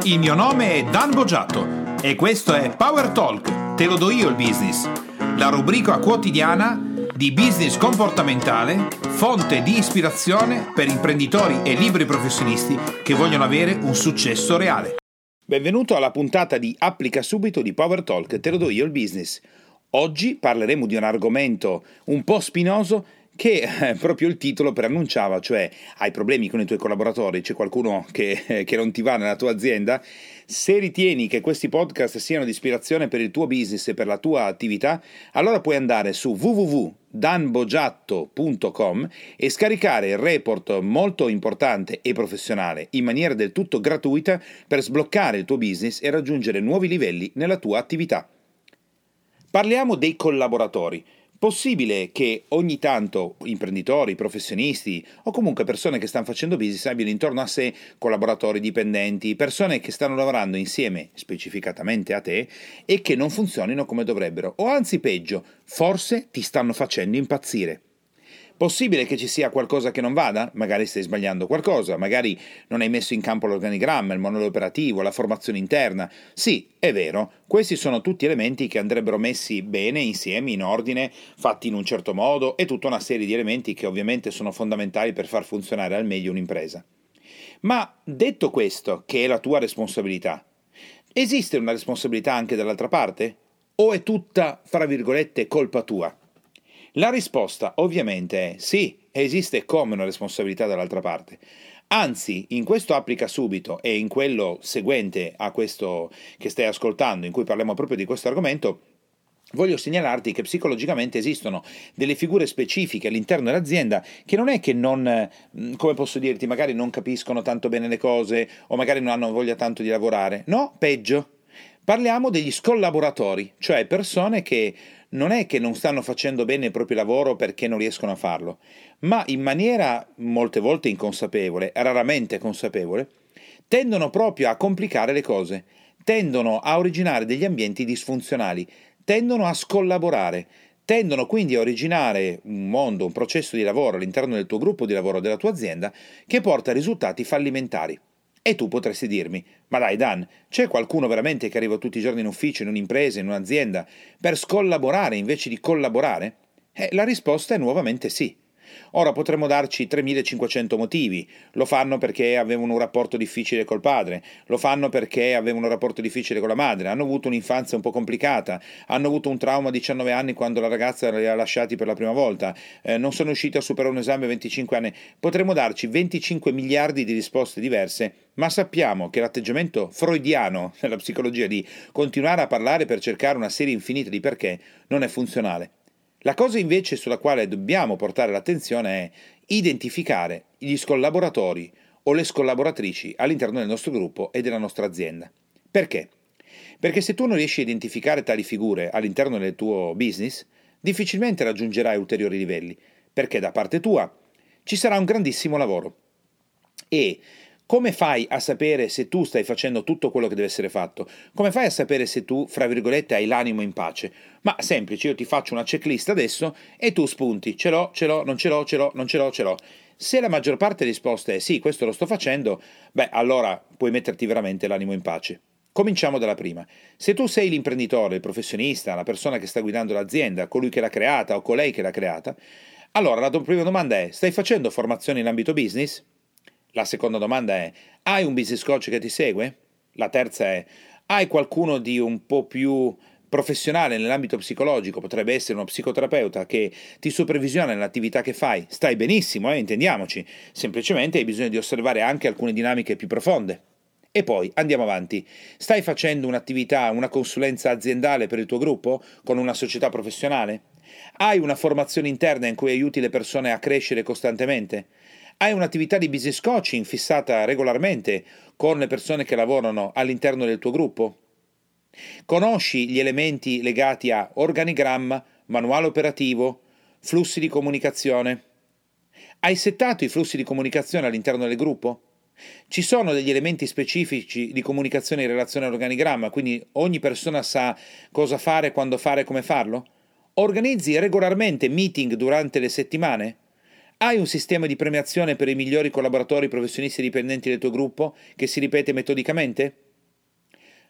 Il mio nome è Dan Boggiato e questo è Power Talk, te lo do io il business, la rubrica quotidiana di business comportamentale, fonte di ispirazione per imprenditori e liberi professionisti che vogliono avere un successo reale. Benvenuto alla puntata di Applica Subito di Power Talk, te lo do io il business. Oggi parleremo di un argomento un po' spinoso che proprio il titolo preannunciava, cioè hai problemi con i tuoi collaboratori, c'è qualcuno che non ti va nella tua azienda. Se ritieni che questi podcast siano di ispirazione per il tuo business e per la tua attività, allora puoi andare su www.danboggiatto.com e scaricare il report molto importante e professionale in maniera del tutto gratuita per sbloccare il tuo business e raggiungere nuovi livelli nella tua attività. Parliamo dei collaboratori. Possibile che ogni tanto imprenditori, professionisti o comunque persone che stanno facendo business abbiano intorno a sé collaboratori, dipendenti, persone che stanno lavorando insieme specificatamente a te e che non funzionino come dovrebbero, o anzi peggio, forse ti stanno facendo impazzire. Possibile che ci sia qualcosa che non vada? Magari stai sbagliando qualcosa, magari non hai messo in campo l'organigramma, il manuale operativo, la formazione interna. Sì, è vero, questi sono tutti elementi che andrebbero messi bene, insieme, in ordine, fatti in un certo modo e tutta una serie di elementi che ovviamente sono fondamentali per far funzionare al meglio un'impresa. Ma detto questo, che è la tua responsabilità, esiste una responsabilità anche dall'altra parte? O è tutta, fra virgolette, colpa tua? La risposta ovviamente è sì, esiste come una responsabilità dall'altra parte. Anzi, in questo Applica Subito e in quello seguente a questo che stai ascoltando, in cui parliamo proprio di questo argomento, voglio segnalarti che psicologicamente esistono delle figure specifiche all'interno dell'azienda che non è che non, come posso dirti, magari non capiscono tanto bene le cose o magari non hanno voglia tanto di lavorare. No, peggio. Parliamo degli scollaboratori, cioè persone che non è che non stanno facendo bene il proprio lavoro perché non riescono a farlo, ma in maniera molte volte inconsapevole, raramente consapevole, tendono proprio a complicare le cose, tendono a originare degli ambienti disfunzionali, tendono a scollaborare, tendono quindi a originare un mondo, un processo di lavoro all'interno del tuo gruppo di lavoro, della tua azienda, che porta a risultati fallimentari. E tu potresti dirmi, ma dai Dan, c'è qualcuno veramente che arriva tutti i giorni in ufficio, in un'impresa, in un'azienda, per scollaborare invece di collaborare? La risposta è nuovamente sì. Ora potremmo darci 3500 motivi. Lo fanno perché avevano un rapporto difficile col padre, lo fanno perché avevano un rapporto difficile con la madre, hanno avuto un'infanzia un po' complicata, hanno avuto un trauma a 19 anni quando la ragazza li ha lasciati per la prima volta, non sono riusciti a superare un esame a 25 anni. Potremmo darci 25 miliardi di risposte diverse, ma sappiamo che l'atteggiamento freudiano nella psicologia di continuare a parlare per cercare una serie infinita di perché non è funzionale. La cosa invece sulla quale dobbiamo portare l'attenzione è identificare gli scollaboratori o le scollaboratrici all'interno del nostro gruppo e della nostra azienda. Perché? Perché se tu non riesci a identificare tali figure all'interno del tuo business, difficilmente raggiungerai ulteriori livelli, perché da parte tua ci sarà un grandissimo lavoro. E come fai a sapere se tu stai facendo tutto quello che deve essere fatto? Come fai a sapere se tu, fra virgolette, hai l'animo in pace? Ma semplice, io ti faccio una checklist adesso e tu spunti, ce l'ho, non ce l'ho, non ce l'ho. Se la maggior parte delle risposte è sì, questo lo sto facendo, allora puoi metterti veramente l'animo in pace. Cominciamo dalla prima. Se tu sei l'imprenditore, il professionista, la persona che sta guidando l'azienda, colui che l'ha creata o colei che l'ha creata, allora la prima domanda è: stai facendo formazione in ambito business? La seconda domanda è: hai un business coach che ti segue? La terza è: hai qualcuno di un po' più professionale nell'ambito psicologico, potrebbe essere uno psicoterapeuta che ti supervisiona nell'attività che fai? Stai benissimo, intendiamoci, semplicemente hai bisogno di osservare anche alcune dinamiche più profonde. E poi andiamo avanti. Stai facendo un'attività, una consulenza aziendale per il tuo gruppo con una società professionale? Hai una formazione interna in cui aiuti le persone a crescere costantemente? Hai un'attività di business coaching fissata regolarmente con le persone che lavorano all'interno del tuo gruppo? Conosci gli elementi legati a organigramma, manuale operativo, flussi di comunicazione? Hai settato i flussi di comunicazione all'interno del gruppo? Ci sono degli elementi specifici di comunicazione in relazione all'organigramma, quindi ogni persona sa cosa fare, quando fare, come farlo? Organizzi regolarmente meeting durante le settimane? Hai un sistema di premiazione per i migliori collaboratori professionisti dipendenti del tuo gruppo che si ripete metodicamente?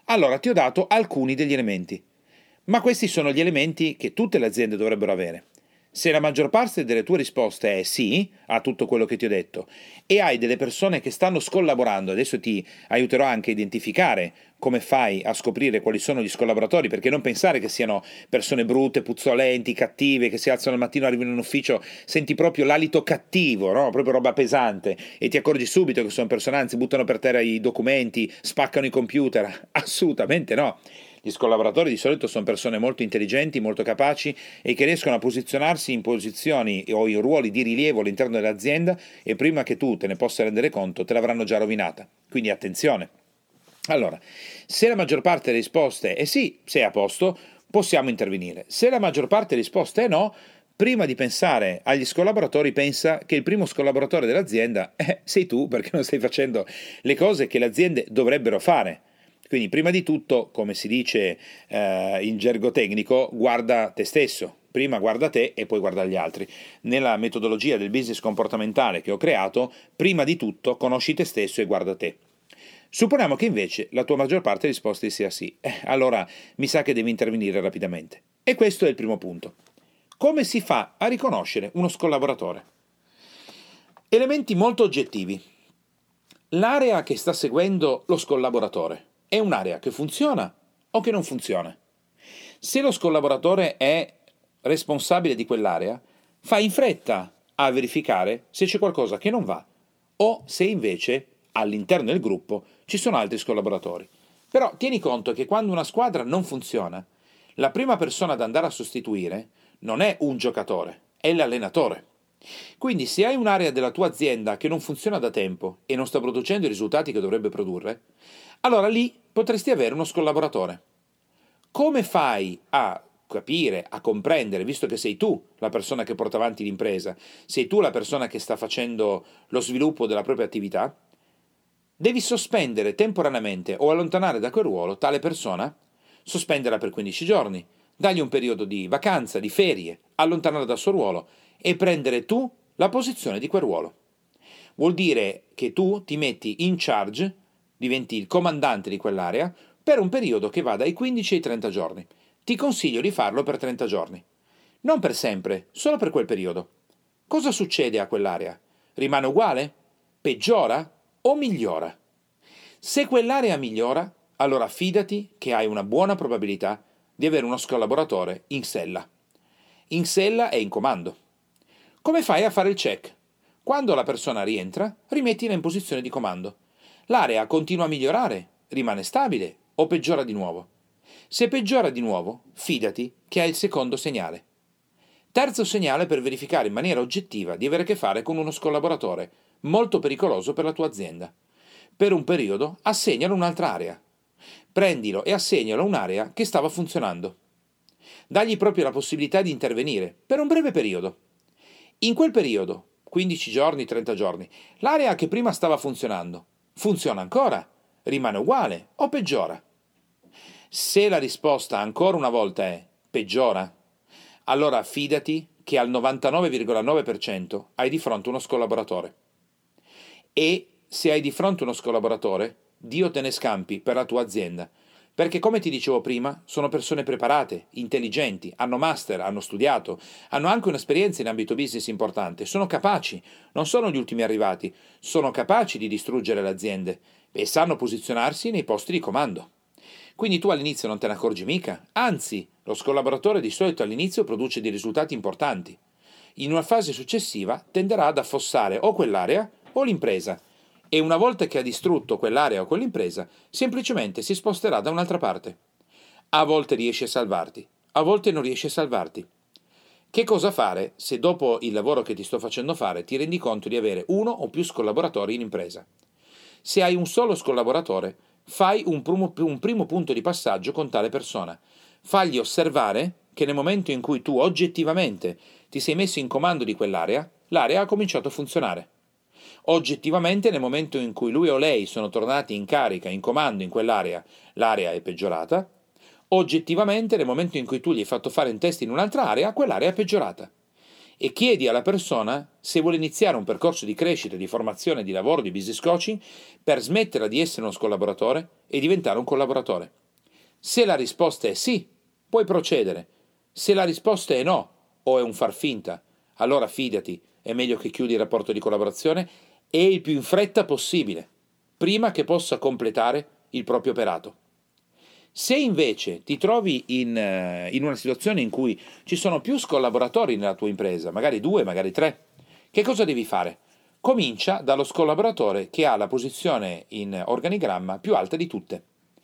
Allora ti ho dato alcuni degli elementi, ma questi sono gli elementi che tutte le aziende dovrebbero avere. Se la maggior parte delle tue risposte è sì a tutto quello che ti ho detto e hai delle persone che stanno scollaborando, adesso ti aiuterò anche a identificare come fai a scoprire quali sono gli scollaboratori, perché non pensare che siano persone brutte, puzzolenti, cattive, che si alzano al mattino, arrivano in ufficio, senti proprio l'alito cattivo, no? Proprio roba pesante, e ti accorgi subito che sono persone, anzi buttano per terra i documenti, spaccano i computer. Assolutamente no. Gli collaboratori di solito sono persone molto intelligenti, molto capaci e che riescono a posizionarsi in posizioni o in ruoli di rilievo all'interno dell'azienda e prima che tu te ne possa rendere conto te l'avranno già rovinata. Quindi attenzione. Allora, se la maggior parte delle risposte è sì, sei a posto, possiamo intervenire. Se la maggior parte delle risposte è no, prima di pensare agli scollaboratori pensa che il primo scollaboratore dell'azienda sei tu, perché non stai facendo le cose che le aziende dovrebbero fare. Quindi prima di tutto, come si dice in gergo tecnico, guarda te stesso. Prima guarda te e poi guarda gli altri. Nella metodologia del business comportamentale che ho creato, prima di tutto conosci te stesso e guarda te. Supponiamo che invece la tua maggior parte delle risposte sia sì. Allora mi sa che devi intervenire rapidamente. E questo è il primo punto. Come si fa a riconoscere uno scollaboratore? Elementi molto oggettivi. L'area che sta seguendo lo scollaboratore è un'area che funziona o che non funziona? Se lo scollaboratore è responsabile di quell'area, fa in fretta a verificare se c'è qualcosa che non va o se invece all'interno del gruppo ci sono altri collaboratori. Però tieni conto che quando una squadra non funziona, la prima persona ad andare a sostituire non è un giocatore, è l'allenatore. Quindi se hai un'area della tua azienda che non funziona da tempo e non sta producendo i risultati che dovrebbe produrre, allora lì potresti avere uno scollaboratore. Come fai a capire, a comprendere, visto che sei tu la persona che porta avanti l'impresa, sei tu la persona che sta facendo lo sviluppo della propria attività? Devi sospendere temporaneamente o allontanare da quel ruolo tale persona, sospenderla per 15 giorni, dargli un periodo di vacanza, di ferie, allontanarla dal suo ruolo e prendere tu la posizione di quel ruolo. Vuol dire che tu ti metti in charge, diventi il comandante di quell'area per un periodo che va dai 15 ai 30 giorni. Ti consiglio di farlo per 30 giorni. Non per sempre, solo per quel periodo. Cosa succede a quell'area? Rimane uguale? Peggiora? O migliora? Se quell'area migliora, allora fidati che hai una buona probabilità di avere uno collaboratore in sella. In sella e in comando. Come fai a fare il check? Quando la persona rientra, rimettila in posizione di comando. L'area continua a migliorare, rimane stabile o peggiora di nuovo? Se peggiora di nuovo, fidati che hai il secondo segnale. Terzo segnale per verificare in maniera oggettiva di avere a che fare con uno collaboratore molto pericoloso per la tua azienda. Per un periodo assegnalo un'altra area. Prendilo e assegnalo a un'area che stava funzionando. Dagli proprio la possibilità di intervenire per un breve periodo. In quel periodo, 15 giorni, 30 giorni, l'area che prima stava funzionando, funziona ancora? Rimane uguale o peggiora? Se la risposta ancora una volta è peggiora, allora fidati che al 99,9% hai di fronte uno collaboratore. E se hai di fronte uno collaboratore, Dio te ne scampi per la tua azienda. Perché come ti dicevo prima, sono persone preparate, intelligenti, hanno master, hanno studiato, hanno anche un'esperienza in ambito business importante, sono capaci, non sono gli ultimi arrivati, sono capaci di distruggere le aziende e sanno posizionarsi nei posti di comando. Quindi tu all'inizio non te ne accorgi mica, anzi, lo collaboratore di solito all'inizio produce dei risultati importanti. In una fase successiva tenderà ad affossare o quell'area o l'impresa, e una volta che ha distrutto quell'area o quell'impresa, semplicemente si sposterà da un'altra parte. A volte riesce a salvarti, a volte non riesce a salvarti. Che cosa fare se dopo il lavoro che ti sto facendo fare ti rendi conto di avere uno o più collaboratori in impresa? Se hai un solo collaboratore, fai un primo punto di passaggio con tale persona. Fagli osservare che nel momento in cui tu oggettivamente ti sei messo in comando di quell'area, l'area ha cominciato a funzionare. Oggettivamente nel momento in cui lui o lei sono tornati in carica, in comando in quell'area, l'area è peggiorata. Oggettivamente nel momento in cui tu gli hai fatto fare un test in un'altra area, quell'area è peggiorata. e chiedi alla persona se vuole iniziare un percorso di crescita, di formazione, di lavoro, di business coaching per smettere di essere uno collaboratore e diventare un collaboratore. Se la risposta è sì, puoi procedere. Se la risposta è no o è un far finta, allora fidati, è meglio che chiudi il rapporto di collaborazione e il più in fretta possibile, prima che possa completare il proprio operato. Se invece ti trovi in una situazione in cui ci sono più collaboratori nella tua impresa, magari 2, magari 3, che cosa devi fare? Comincia dallo collaboratore che ha la posizione in organigramma più alta di tutte.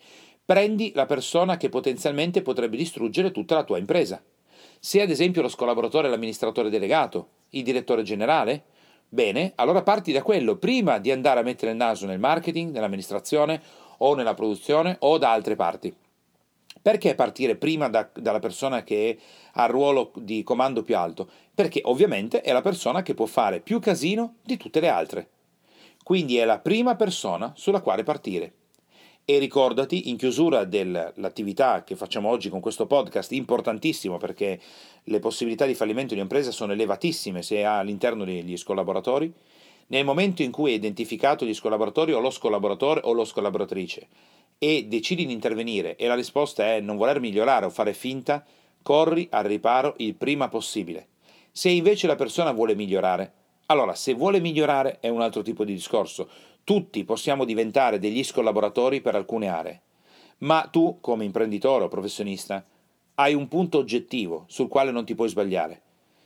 Prendi la persona che potenzialmente potrebbe distruggere tutta la tua impresa. Se ad esempio lo collaboratore è l'amministratore delegato, il direttore generale, bene, allora parti da quello prima di andare a mettere il naso nel marketing, nell'amministrazione o nella produzione o da altre parti. Perché partire prima dalla persona che ha il ruolo di comando più alto? Perché ovviamente è la persona che può fare più casino di tutte le altre. Quindi è la prima persona sulla quale partire. E ricordati, in chiusura dell'attività che facciamo oggi con questo podcast, importantissimo perché le possibilità di fallimento di un'impresa sono elevatissime se ha all'interno degli collaboratori, nel momento in cui hai identificato gli collaboratori o lo collaboratore o lo collaboratrice e decidi di intervenire e la risposta è non voler migliorare o fare finta, corri al riparo il prima possibile. Se invece la persona vuole migliorare, allora se vuole migliorare è un altro tipo di discorso. Tutti possiamo diventare degli collaboratori per alcune aree, ma tu come imprenditore o professionista hai un punto oggettivo sul quale non ti puoi sbagliare.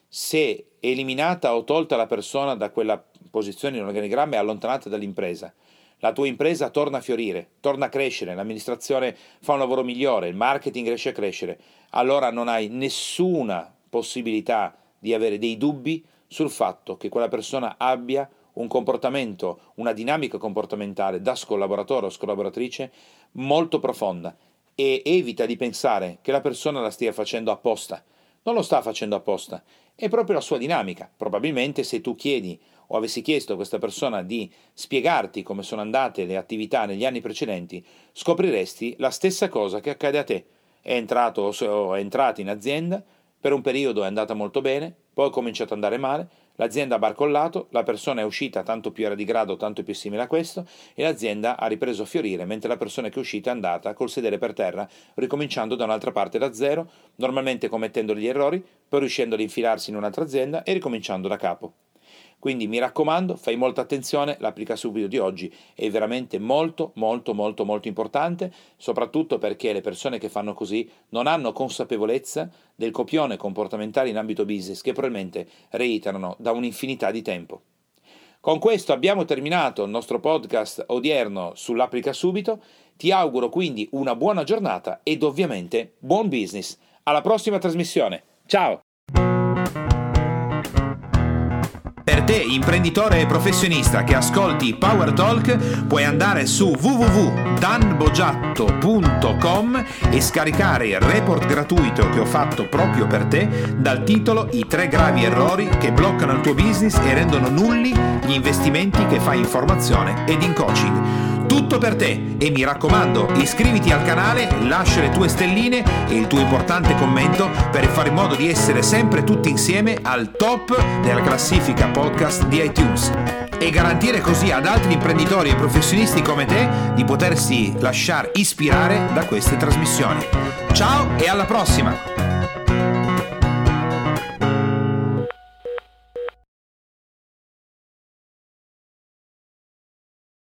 Se eliminata o tolta la persona da quella posizione in organigramma e allontanata dall'impresa, la tua impresa torna a fiorire, torna a crescere, l'amministrazione fa un lavoro migliore, il marketing riesce a crescere, allora non hai nessuna possibilità di avere dei dubbi sul fatto che quella persona abbia un comportamento, una dinamica comportamentale da collaboratore o collaboratrice molto profonda e evita di pensare che la persona la stia facendo apposta. Non lo sta facendo apposta, è proprio la sua dinamica. Probabilmente se tu chiedi o avessi chiesto a questa persona di spiegarti come sono andate le attività negli anni precedenti, scopriresti la stessa cosa che accade a te. È entrato o è entrata in azienda, per un periodo è andata molto bene, poi è cominciato ad andare male, l'azienda ha barcollato, la persona è uscita tanto più era di grado, tanto più simile a questo, e l'azienda ha ripreso a fiorire, mentre la persona che è uscita è andata col sedere per terra, ricominciando da un'altra parte da zero, normalmente commettendo degli errori, poi riuscendo ad infilarsi in un'altra azienda e ricominciando da capo. Quindi mi raccomando, fai molta attenzione, l'applica subito di oggi è veramente molto importante, soprattutto perché le persone che fanno così non hanno consapevolezza del copione comportamentale in ambito business che probabilmente reiterano da un'infinità di tempo. Con questo abbiamo terminato il nostro podcast odierno sull'applica subito, ti auguro quindi una buona giornata ed ovviamente buon business. Alla prossima trasmissione, ciao! Per te, imprenditore e professionista che ascolti Power Talk, puoi andare su www.danbogiatto.com e scaricare il report gratuito che ho fatto proprio per te dal titolo I 3 gravi errori che bloccano il tuo business e rendono nulli gli investimenti che fai in formazione ed in coaching. Tutto per te e mi raccomando, iscriviti al canale, lascia le tue stelline e il tuo importante commento per fare in modo di essere sempre tutti insieme al top della classifica podcast di iTunes e garantire così ad altri imprenditori e professionisti come te di potersi lasciare ispirare da queste trasmissioni. Ciao e alla prossima!